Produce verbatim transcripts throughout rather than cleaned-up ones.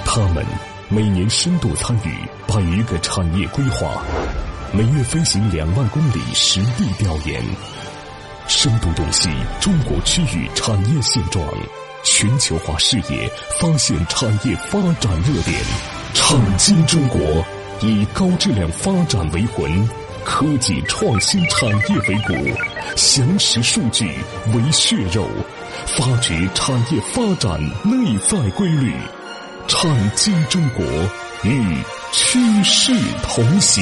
他们每年深度参与百余个产业规划，每月飞行两万公里实地调研，深度洞悉中国区域产业现状，全球化视野发现产业发展热点，产经中国以高质量发展为魂，科技创新产业为骨，详实数据为血肉，发掘产业发展内在规律。产经中国与趋势同行。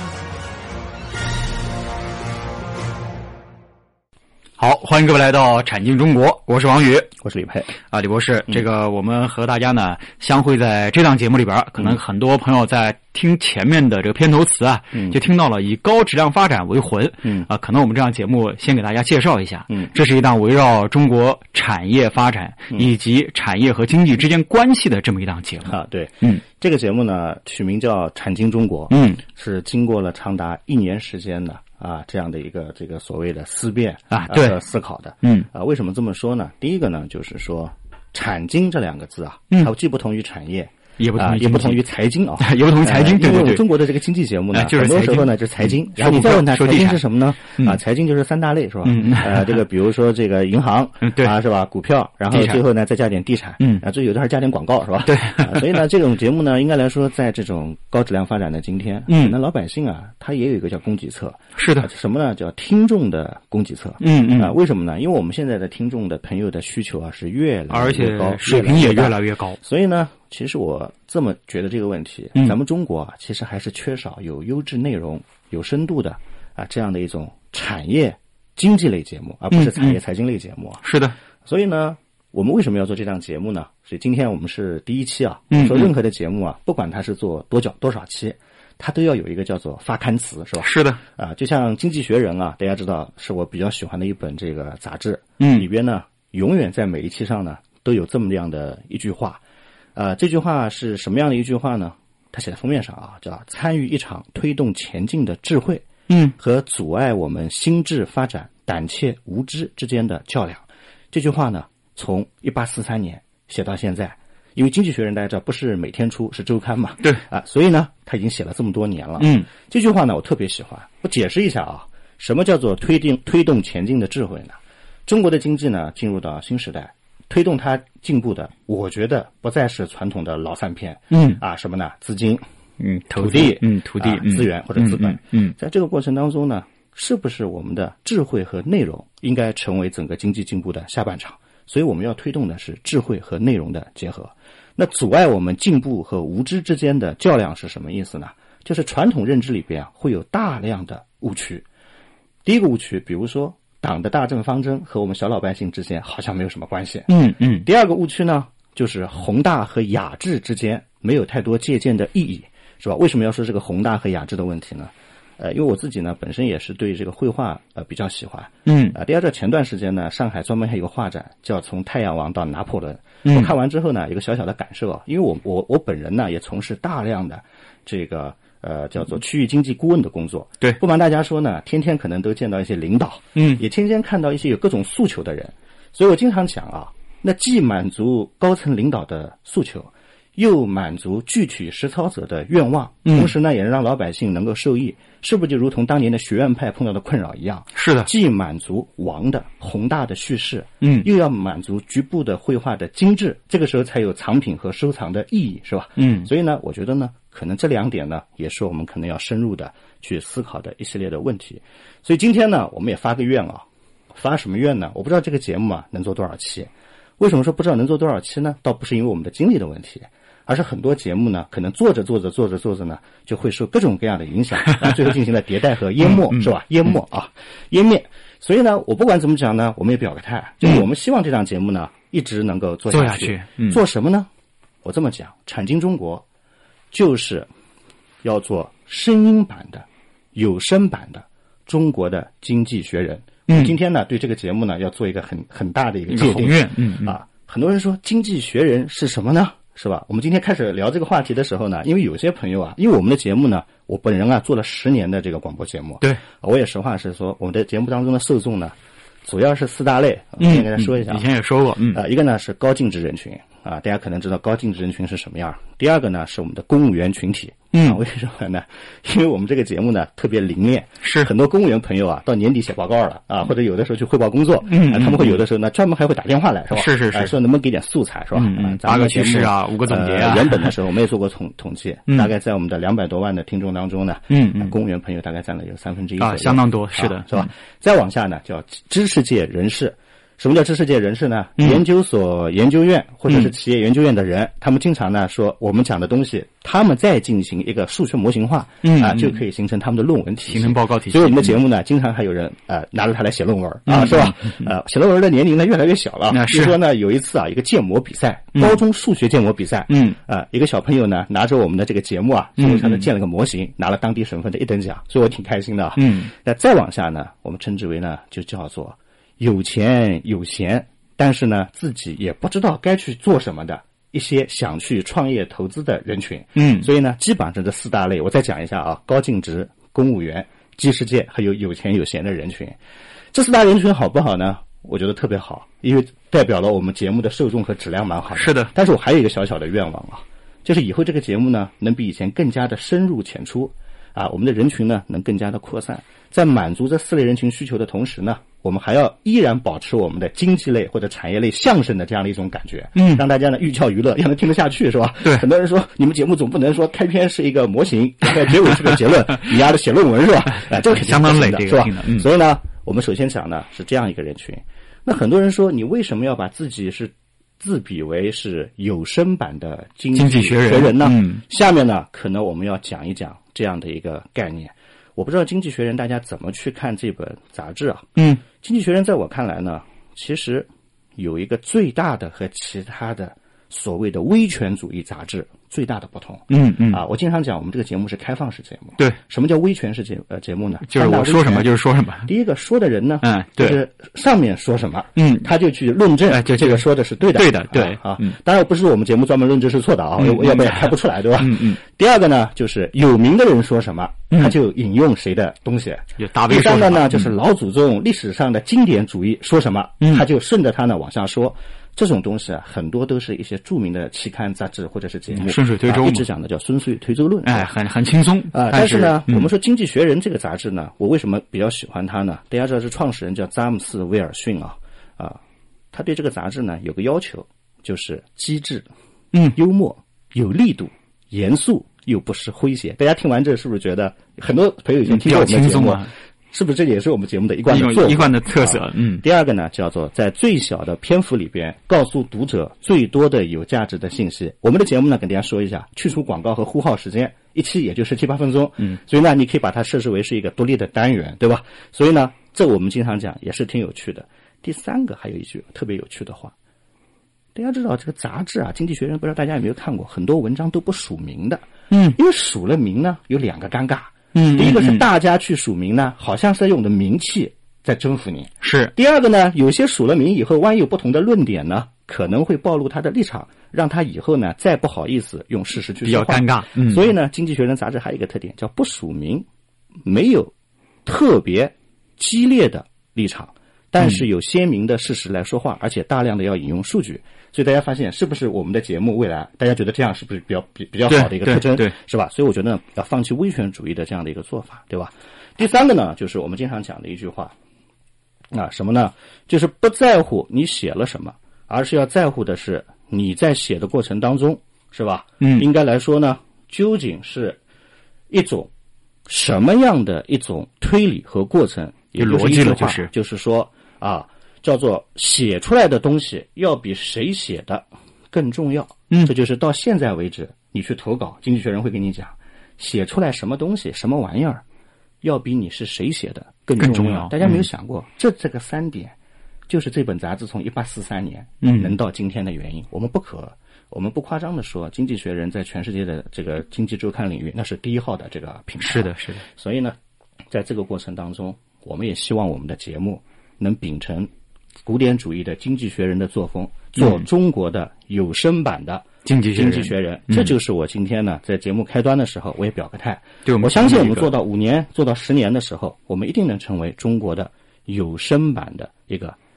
好，欢迎各位来到产经中国，我是王宇， 我是李佩啊，李博士，这个我们和大家呢相会在这档节目里边，可能很多朋友在听前面的这个片头词啊，嗯、就听到了以高质量发展为魂，嗯啊，可能我们这档节目先给大家介绍一下，嗯，这是一档围绕中国产业发展、嗯、以及产业和经济之间关系的这么一档节目啊，对，嗯，这个节目呢取名叫产经中国，嗯，是经过了长达一年时间的。啊，这样的一个这个所谓的思辨啊，对、 呃、思考的，嗯啊，为什么这么说呢？第一个呢，就是说产经这两个字啊，嗯，它既不同于产业。 也不同于、 啊、也不同于财经啊， 也不同于财经，对对对。 因为我们中国的这个经济节目呢， 哎、就是很多时候呢就是财经，嗯、然后你再问他财经是什么呢？ 嗯、 啊，财经就是三大类是吧？ 嗯呃，这个比如说这个银行， 嗯、对啊是吧？股票，然后最后呢再加点地产，嗯，啊，最有的还加点广告是吧？ 对、 啊。所以呢，这种节目呢，应该来说，在这种高质量发展的今天，嗯，那老百姓啊，他也有一个叫供给侧， 是的， 啊、什么呢？叫听众的供给侧， 嗯嗯啊，为什么呢？因为我们现在的听众的朋友的需求啊是越来越高， 而且水平也越来越高， 所以呢。其实我这么觉得这个问题，嗯、咱们中国啊，其实还是缺少有优质内容、有深度的啊这样的一种产业经济类节目，而不是产业财经类节目啊。 嗯嗯、是的， 所以呢，我们为什么要做这档节目呢？所以今天我们是第一期啊。嗯，说任何的节目啊，不管它是做多久多少期，它都要有一个叫做发刊词，是吧？ 是的， 啊，就像《经济学人》啊，大家知道是我比较喜欢的一本这个杂志，嗯，里边呢，永远在每一期上呢都有这么样的一句话。呃，这句话是什么样的一句话呢？他写在封面上啊，叫参与一场推动前进的智慧，嗯，和阻碍我们心智发展、胆怯无知之间的较量。这句话呢，从一八四三年写到现在，因为《经济学人》大家知道不是每天出，是周刊嘛， 对啊，所以呢，他已经写了这么多年了。嗯，这句话呢，我特别喜欢。我解释一下啊，什么叫做推进推动前进的智慧呢？中国的经济呢，进入到新时代。推动它进步的，我觉得不再是传统的老三片，嗯啊，什么呢？资金， 嗯， 土地， 嗯，土地、 啊、资源或者资本， 嗯，嗯在这个过程当中呢，是不是我们的智慧和内容应该成为整个经济进步的下半场？所以我们要推动的是智慧和内容的结合。那阻碍我们进步和无知之间的较量是什么意思呢？就是传统认知里边啊，会有大量的误区。第一个误区，比如说。党的大政方针和我们小老百姓之间好像没有什么关系。嗯嗯。第二个误区呢，就是宏大和雅致之间没有太多借鉴的意义，是吧？为什么要说这个宏大和雅致的问题呢？呃，因为我自己呢本身也是对这个绘画呃比较喜欢。嗯。啊、呃，第二个前段时间呢，上海专门还有个画展，叫从太阳王到拿破仑。嗯。我看完之后呢，有个小小的感受啊，因为我我我本人呢也从事大量的这个。呃，叫做区域经济顾问的工作。对，不瞒大家说呢，天天可能都见到一些领导，嗯，也天天看到一些有各种诉求的人，所以我经常讲啊，那既满足高层领导的诉求，又满足具体实操者的愿望，同时呢，也让老百姓能够受益，是不是就如同当年的学院派碰到的困扰一样？是的，既满足王的宏大的叙事，嗯，又要满足局部的绘画的精致，这个时候才有藏品和收藏的意义，是吧？嗯，所以呢，我觉得呢。可能这两点呢，也是我们可能要深入的去思考的一系列的问题。所以今天呢，我们也发个愿啊，发什么愿呢？我不知道这个节目啊能做多少期。为什么说不知道能做多少期呢？倒不是因为我们的精力的问题，而是很多节目呢，可能做着做着做着做着呢，就会受各种各样的影响，然后最后进行了迭代和淹没，是吧？淹没啊，湮灭。所以呢，我不管怎么讲呢，我们也表个态，就是我们希望这档节目呢一直能够做下去。做下去，嗯，做什么呢？我这么讲，产经中国。就是要做声音版的、有声版的中国的经济学人。嗯，今天呢，对这个节目呢，要做一个很很大的一个界定。嗯嗯啊，很多人说经济学人是什么呢？是吧？我们今天开始聊这个话题的时候呢，因为有些朋友啊，因为我们的节目呢，我本人啊做了十年的这个广播节目。对，我也实话实说，我们的节目当中的受众呢。主要是四大类，我先给大家说一下、嗯。以前也说过，嗯，呃，一个呢是高净值人群， 啊，大家可能知道高净值人群是什么样。第二个呢是我们的公务员群体。 嗯、 啊，为什么呢？因为我们这个节目呢特别灵验， 是很多公务员朋友啊到年底写报告了啊，或者有的时候去汇报工作， 嗯、 啊，他们会有的时候呢专门还会打电话来，是吧？ 是是是， 啊、说能不能给点素材，是吧？ 嗯嗯， 八个趋势啊，五个总结啊。 呃、原本的时候我们也做过统统计， 嗯、 大概在我们的两百多万的听众当中呢， 嗯嗯， 公务员朋友大概占了有三分之一啊，相当多，是的， 啊、是吧？再往下呢叫知识界人士。什么叫知识界人士呢？ 嗯、 研究所、研究院或者是企业研究院的人，嗯、他们经常呢说我们讲的东西，他们再进行一个数学模型化， 嗯啊，就可以形成他们的论文体系， 形成报告体系。 所以我们的节目呢，经常还有人呃拿着它来写论文、 嗯、 啊，是吧？ 嗯、 呃，写论文的年龄呢越来越小了。 比如说呢，有一次啊，一个建模比赛， 嗯、 高中数学建模比赛， 嗯， 啊，一个小朋友呢拿着我们的这个节目啊，最后他呢建了个模型，嗯、拿了当地省份的一等奖，所以我挺开心的啊。 嗯， 那再往下呢，我们称之为呢，就叫做有钱有闲。但是呢，自己也不知道该去做什么的一些想去创业投资的人群， 嗯， 所以呢，基本上这四大类，我再讲一下啊：高净值、公务员、知识界，还有有钱有闲的人群。这四大人群好不好呢？我觉得特别好，因为代表了我们节目的受众和质量蛮好的。 是的， 但是我还有一个小小的愿望啊，就是以后这个节目呢，能比以前更加的深入浅出啊，我们的人群呢能更加的扩散，在满足这四类人群需求的同时呢，我们还要依然保持我们的经济类或者产业类相声的这样的一种感觉， 嗯， 让大家呢寓教于乐，让人听得下去，是吧？ 对， 很多人说你们节目总不能说开篇是一个模型，在结尾是个结论，你丫的写论文是吧？哎，这个相当累， 是吧？ 嗯， 所以呢，我们首先讲呢是这样一个人群。那很多人说，你为什么要把自己是自比为是有声版的经济学人呢？ 嗯， 下面呢，可能我们要讲一讲这样的一个概念。我不知道《经济学人》大家怎么去看这本杂志啊？ 嗯，《 经济学人》在我看来呢，其实有一个最大的和其他的所谓的威权主义杂志最大的不同。 嗯嗯啊，我经常讲我们这个节目是开放式节目。 对， 什么叫威权式节呃节目呢？ 就是我说什么就是说什么。 第一个说的人呢， 嗯，对， 就是上面说什么， 嗯， 他就去论证， 哎，就这个说的是对的， 对的，对啊。嗯，当然不是我们节目专门论证是错的啊， 嗯、 要不然也开不出来，对吧？ 嗯嗯。 第二个呢，就是有名的人说什么，他就引用谁的东西。 有大 V 第三个呢， 嗯、 就是老祖宗历史上的经典主义说什么， 嗯、 他就顺着他呢往下说。这种东西啊，很多都是一些著名的期刊、杂志或者是节目， 顺水推舟、 啊，一直讲的叫顺水推舟论， 哎，很很轻松啊。 但是呢， 嗯、 我们说《经济学人》这个杂志呢，我为什么比较喜欢它呢？大家知道，是创始人叫詹姆斯·威尔逊啊，啊，他对这个杂志呢有个要求，就是机智、 嗯， 幽默、有力度、严肃又不失诙谐。大家听完这是不是觉得很多朋友已经听过我们的节目？是不是这也是我们节目的一贯的作一贯的特色？ 啊、 嗯。 第二个呢，叫做在最小的篇幅里边告诉读者最多的有价值的信息。我们的节目呢，跟大家说一下，去除广告和呼号时间，一期也就是七八分钟。 嗯。 所以呢，你可以把它设置为是一个独立的单元，对吧？所以呢，这我们经常讲也是挺有趣的。第三个还有一句特别有趣的话，大家知道这个杂志啊，《经济学人》不知道大家有没有看过，很多文章都不署名的。 嗯。 因为署了名呢，有两个尴尬。 嗯， 第一个是大家去署名呢，好像是用我的名气在征服你。 是。 第二个呢，有些署了名以后，万一有不同的论点呢，可能会暴露他的立场，让他以后呢再不好意思用事实去说话， 比较尴尬。嗯。 所以呢，《经济学人》杂志还有一个特点，叫不署名，没有特别激烈的立场，但是有鲜明的事实来说话，而且大量的要引用数据。所以大家发现是不是我们的节目未来大家觉得这样是不是比较比比较好的一个特征？ 对，对是吧？所以我觉得要放弃威权主义的这样的一个做法，对吧？第三个呢，就是我们经常讲的一句话啊，什么呢？就是不在乎你写了什么，而是要在乎的是你在写的过程当中，是吧？ 嗯， 应该来说呢，究竟是一种什么样的一种推理和过程？ 有逻辑了，就是就是说啊。叫做写出来的东西要比谁写的更重要。 嗯， 这就是到现在为止，你去投稿，经济学人会跟你讲，写出来什么东西、什么玩意儿，要比你是谁写的更重要。 更重要。 大家没有想过，嗯、这这个三点，就是这本杂志从一八四三年嗯能到今天的原因。嗯、我们不可，我们不夸张的说，经济学人在全世界的这个经济周刊领域，那是第一号的这个品牌。 是的，是的。 所以呢，在这个过程当中，我们也希望我们的节目能秉承古典主义的经济学人的作风，做中国的有声版的经济经济学人， 嗯、 这就是我今天呢在节目开端的时候我也表个态。 对， 我相信我们做到五年、做到十年的时候，我们一定能成为中国的有声版的一个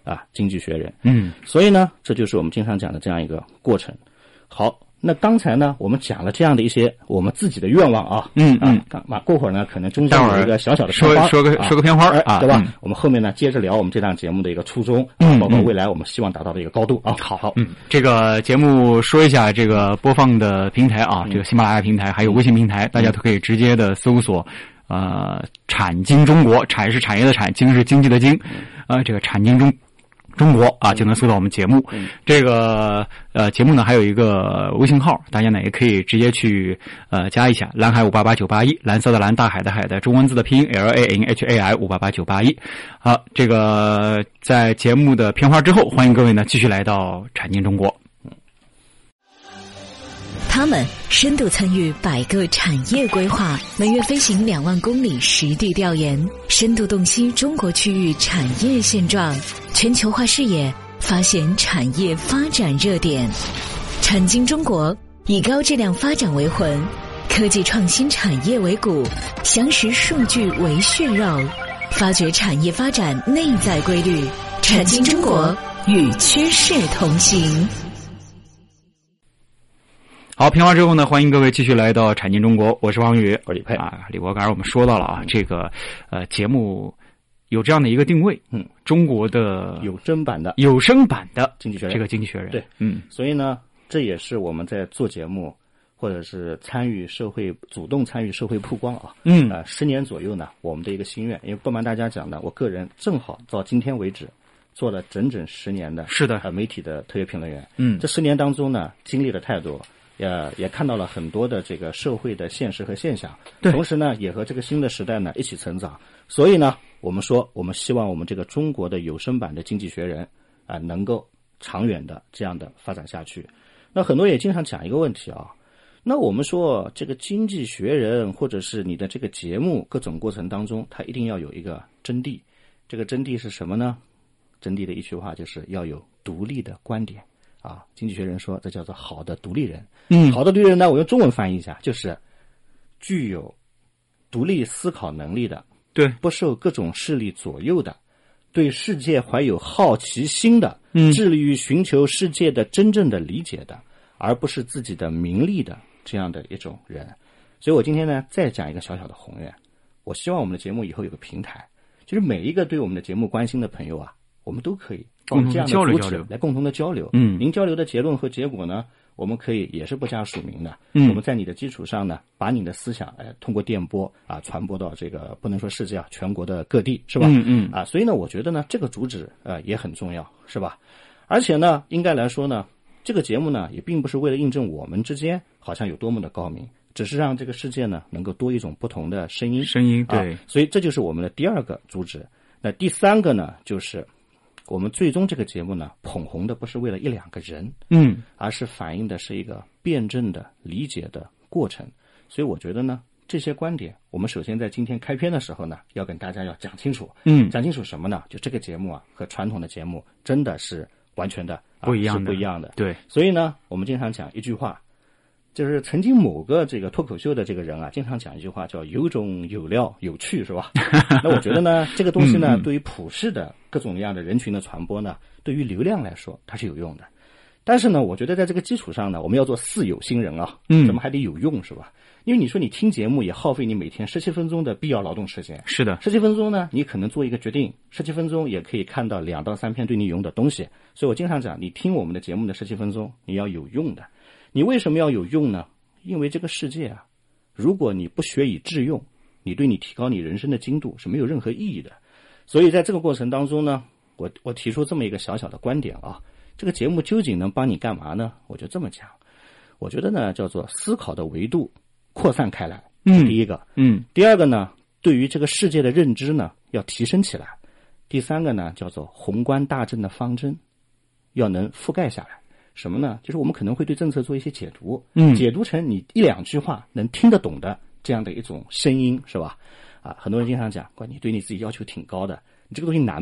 啊经济学人。 嗯， 所以呢，这就是我们经常讲的这样一个过程。好。那刚才呢，我们讲了这样的一些我们自己的愿望啊， 嗯嗯， 啊，过会儿呢，可能中间有一个小小的说说个说个片花啊， 对吧？我们后面呢，接着聊我们这档节目的一个初衷，嗯，包括未来我们希望达到的一个高度啊。 好好，嗯，这个节目说一下这个播放的平台啊，这个喜马拉雅平台还有微信平台，大家都可以直接的搜索。呃，产经中国，产是产业的产，经是经济的经，呃，这个产经中。中国啊，就能搜到我们节目。 嗯、 这个呃节目呢，还有一个微信号，大家呢也可以直接去呃加一下，蓝海五八八九八一，蓝色的蓝，大海的海的中文字的拼音 L A N H A I 五八八九八一。好，这个在节目的片花之后，欢迎各位呢继续来到产经中国。 他们深度参与百个产业规划，每月飞行两万公里实地调研，深度洞悉中国区域产业现状，全球化视野，发现产业发展热点。产经中国以高质量发展为魂，科技创新产业为骨，详实数据为血肉，发掘产业发展内在规律。产经中国与趋势同行。 好，片花之后呢，欢迎各位继续来到产经中国，我是王宇， 我是李佩啊。李博，刚才我们说到了啊，这个呃节目有这样的一个定位， 嗯， 中国的有声版的有声版的经济学人， 这个经济学人， 对， 嗯， 所以呢，这也是我们在做节目或者是参与社会、主动参与社会曝光啊， 嗯， 呃，十年左右呢，我们的一个心愿，因为不瞒大家讲呢，我个人正好到今天为止。做了整整十年的， 是的， 呃，媒体的特约评论员。 嗯， 这十年当中呢，经历了太多，也也看到了很多的这个社会的现实和现象。 对， 同时呢，也和这个新的时代呢一起成长。所以呢，我们说，我们希望我们这个中国的有声版的《经济学人》啊、呃，能够长远的这样的发展下去。那很多人也经常讲一个问题啊，那我们说这个《经济学人》或者是你的这个节目各种过程当中，它一定要有一个真谛。这个真谛是什么呢？真谛的一句话就是要有独立的观点啊！经济学人说，这叫做好的独立人。 嗯， 好的独立人呢，我用中文翻译一下，就是具有独立思考能力的， 对， 不受各种势力左右的，对世界怀有好奇心的， 嗯， 致力于寻求世界的真正的理解的，而不是自己的名利的这样的一种人。所以我今天呢，再讲一个小小的宏愿，我希望我们的节目以后有个平台，就是每一个对我们的节目关心的朋友啊。我们都可以用这样的主旨来共同的交流。 嗯， 您交流的结论和结果呢，我们可以也是不加署名的。 嗯， 我们在你的基础上呢，把你的思想哎通过电波啊传播到这个不能说世界啊全国的各地，是吧？ 嗯嗯啊，所以呢，我觉得呢这个主旨呃也很重要，是吧？而且呢，应该来说呢，这个节目呢也并不是为了印证我们之间好像有多么的高明，只是让这个世界呢能够多一种不同的声音。 声音对、 啊，所以这就是我们的第二个主旨。那第三个呢，就是我们最终这个节目呢，捧红的不是为了一两个人， 嗯， 而是反映的是一个辩证的理解的过程。所以我觉得呢，这些观点，我们首先在今天开篇的时候呢，要跟大家要讲清楚。 嗯， 讲清楚什么呢？就这个节目啊，和传统的节目真的是完全的、啊、 不一样的， 是不一样的。 对， 所以呢，我们经常讲一句话。就是曾经某个这个脱口秀的这个人啊，经常讲一句话叫有种有料有趣，是吧？那我觉得呢，这个东西呢，对于普世的各种各样的人群的传播呢，对于流量来说它是有用的。但是呢，我觉得在这个基础上呢，我们要做四有新人啊， 嗯， 怎么还得有用，是吧？因为你说你听节目也耗费你每天十七分钟的必要劳动时间， 是的， 十七分钟呢，你可能做一个决定，十七分钟也可以看到两到三篇对你有用的东西。所以我经常讲，你听我们的节目的十七分钟，你要有用的。你为什么要有用呢？因为这个世界啊，如果你不学以致用，你对你提高你人生的精度是没有任何意义的。所以在这个过程当中呢，我我提出这么一个小小的观点啊，这个节目究竟能帮你干嘛呢？我就这么讲，我觉得呢叫做思考的维度扩散开来， 嗯， 第一个， 嗯， 第二个呢，对于这个世界的认知呢要提升起来，第三个呢叫做宏观大政的方针要能覆盖下来。什么呢？就是我们可能会对政策做一些解读， 嗯， 解读成你一两句话能听得懂的这样的一种声音，是吧？啊，很多人经常讲，你对你自己要求挺高的，你这个东西难吧？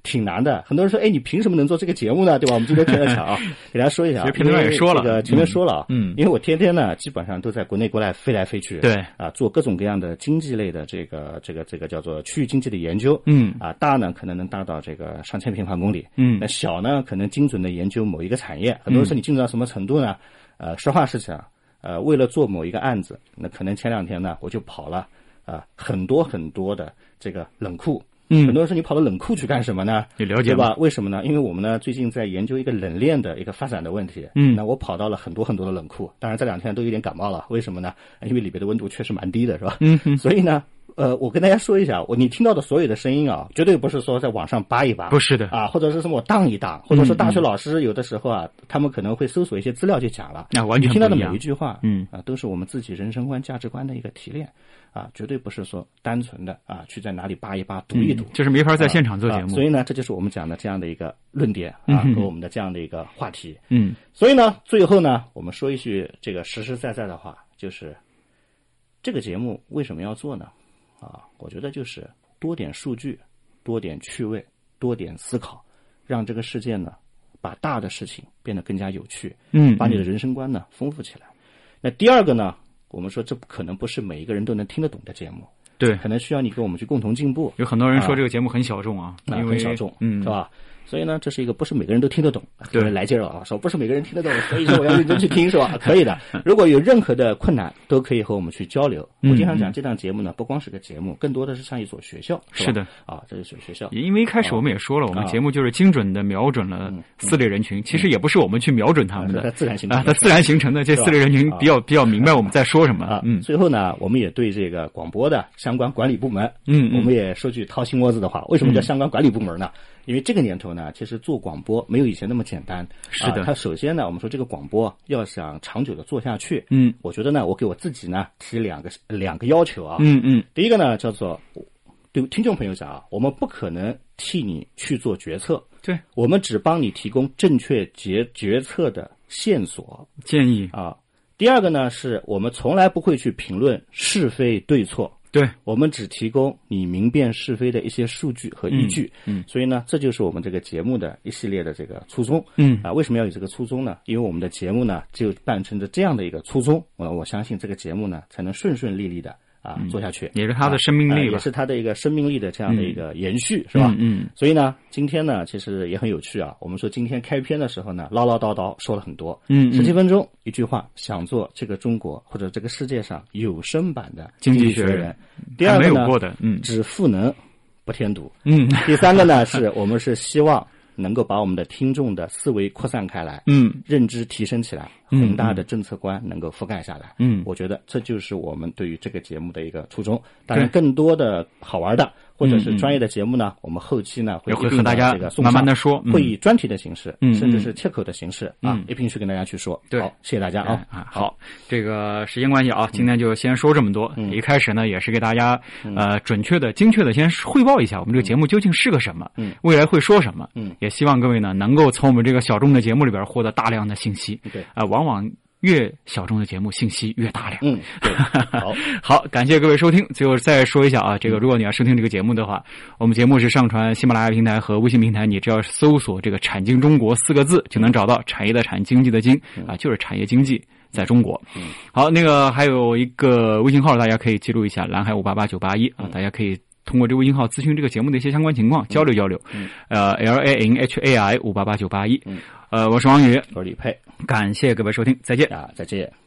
挺难的。很多人说，哎，你凭什么能做这个节目呢？对吧？我们今天接着讲啊，给大家说一下。 其实评论员也说了， 这个前面说了啊， 嗯， 因为我天天呢基本上都在国内国外飞来飞去， 对啊，做各种各样的经济类的这个这个这个叫做区域经济的研究， 嗯， 啊，大呢可能能达到这个上千平方公里， 嗯， 那小呢可能精准的研究某一个产业。很多人说你精准到什么程度呢？呃，实话实讲，呃，为了做某一个案子，那可能前两天呢我就跑了啊、呃、很多很多的这个冷库。嗯，很多人说你跑到冷库去干什么呢？ 你了解对吧？为什么呢？因为我们呢最近在研究一个冷链的一个发展的问题。 嗯， 那我跑到了很多很多的冷库，当然这两天都有点感冒了。为什么呢？因为里边的温度确实蛮低的，是吧？ 嗯哼， 所以呢，呃，我跟大家说一下，我你听到的所有的声音啊，绝对不是说在网上扒一扒， 不是的啊，或者是什么我当一当，或者说大学老师有的时候啊，嗯、他们可能会搜索一些资料就讲了， 那、啊、完全你听到的每一句话， 嗯啊，都是我们自己人生观、价值观的一个提炼。啊，绝对不是说单纯的啊，去在哪里扒一扒、读一读， 嗯、就是没法在现场做节目、 啊啊。所以呢，这就是我们讲的这样的一个论点啊，和我们的这样的一个话题。 嗯， 所以呢，最后呢，我们说一句这个实实在在的话，就是这个节目为什么要做呢？啊，我觉得就是多点数据，多点趣味，多点思考，让这个世界呢，把大的事情变得更加有趣。 嗯， 把你的人生观呢丰富起来。那第二个呢？我们说这可能不是每一个人都能听得懂的节目， 对， 可能需要你跟我们去共同进步。 有很多人说这个节目很小众啊， 啊因为很小众， 嗯， 是吧？所以呢，这是一个不是每个人都听得懂。对，来劲儿啊，说不是每个人听得懂，所以说我要认真去听，是吧？可以的。如果有任何的困难，都可以和我们去交流。 嗯、 我经常讲，这档节目呢，不光是个节目，更多的是像一所学校。是, 是的， 啊，这是所学校。 因为一开始我们也说了，啊、我们节目就是精准的瞄准了四类人群，嗯、其实也不是我们去瞄准他们的， 它、嗯、自然形成啊，它自然形成的这四类人群比较比较明白我们在说什么。 啊， 嗯。 最后呢，我们也对这个广播的相关管理部门， 嗯， 我们也说句掏心窝子的话，为什么叫相关管理部门呢？嗯、因为这个年头呢，其实做广播没有以前那么简单。 是的， 啊、它首先呢，我们说这个广播要想长久的做下去， 嗯， 我觉得呢，我给我自己呢提两个两个要求啊， 嗯嗯， 第一个呢叫做对听众朋友讲啊，我们不可能替你去做决策， 对， 我们只帮你提供正确决决策的线索建议啊。第二个呢，是我们从来不会去评论是非对错， 对， 我们只提供你明辨是非的一些数据和依据。 嗯，嗯所以呢，这就是我们这个节目的一系列的这个初衷。 嗯啊，为什么要有这个初衷呢？因为我们的节目呢，只有伴成着这样的一个初衷，我我相信这个节目呢，才能顺顺利利的啊、嗯、做下去， 也是它的生命力吧、 啊呃，也是它的一个生命力的这样的一个延续，嗯、是吧？ 嗯，嗯所以呢，今天呢，其实也很有趣啊。我们说今天开篇的时候呢，唠唠叨叨说了很多， 嗯， 十七分钟一句话，想做这个中国或者这个世界上有声版的经济学人。 第二个呢， 没有过的，嗯， 只赋能不添堵， 嗯。 第三个呢，是我们是希望能够把我们的听众的思维扩散开来， 嗯， 认知提升起来，宏大的政策观能够覆盖下来， 嗯， 我觉得这就是我们对于这个节目的一个初衷。当然，更多的好玩的或者是专业的节目呢，嗯、我们后期呢会会和大家慢慢的说， 会以专题的形式， 嗯、 甚至是切口的形式、 嗯、 啊，一并去跟大家去说。 对， 好，谢谢大家啊！ 啊，好，这个时间关系啊，今天就先说这么多。 嗯、 一开始呢，也是给大家呃准确的、精确的先汇报一下我们这个节目究竟是个什么， 嗯， 未来会说什么， 嗯， 也希望各位呢能够从我们这个小众的节目里边获得大量的信息。 对， 啊、呃，往往越小众的节目信息越大量。 嗯，对，好， 好，感谢各位收听。最后再说一下啊，这个如果你要收听这个节目的话，我们节目是上传喜马拉雅平台和微信平台，你只要搜索这个“产经中国”四个字就能找到，产业的产，经济的经啊，就是产业经济在中国。 嗯， 好，那个还有一个微信号，大家可以记录一下，蓝海五八八九八一啊，大家可以通过这个微信号咨询这个节目的一些相关情况，交流交流。 嗯， 呃 ，L A N H A I 五八八九八一。 嗯， 呃，我是王宇， 我是李佩， 感谢各位收听，再见啊，再见。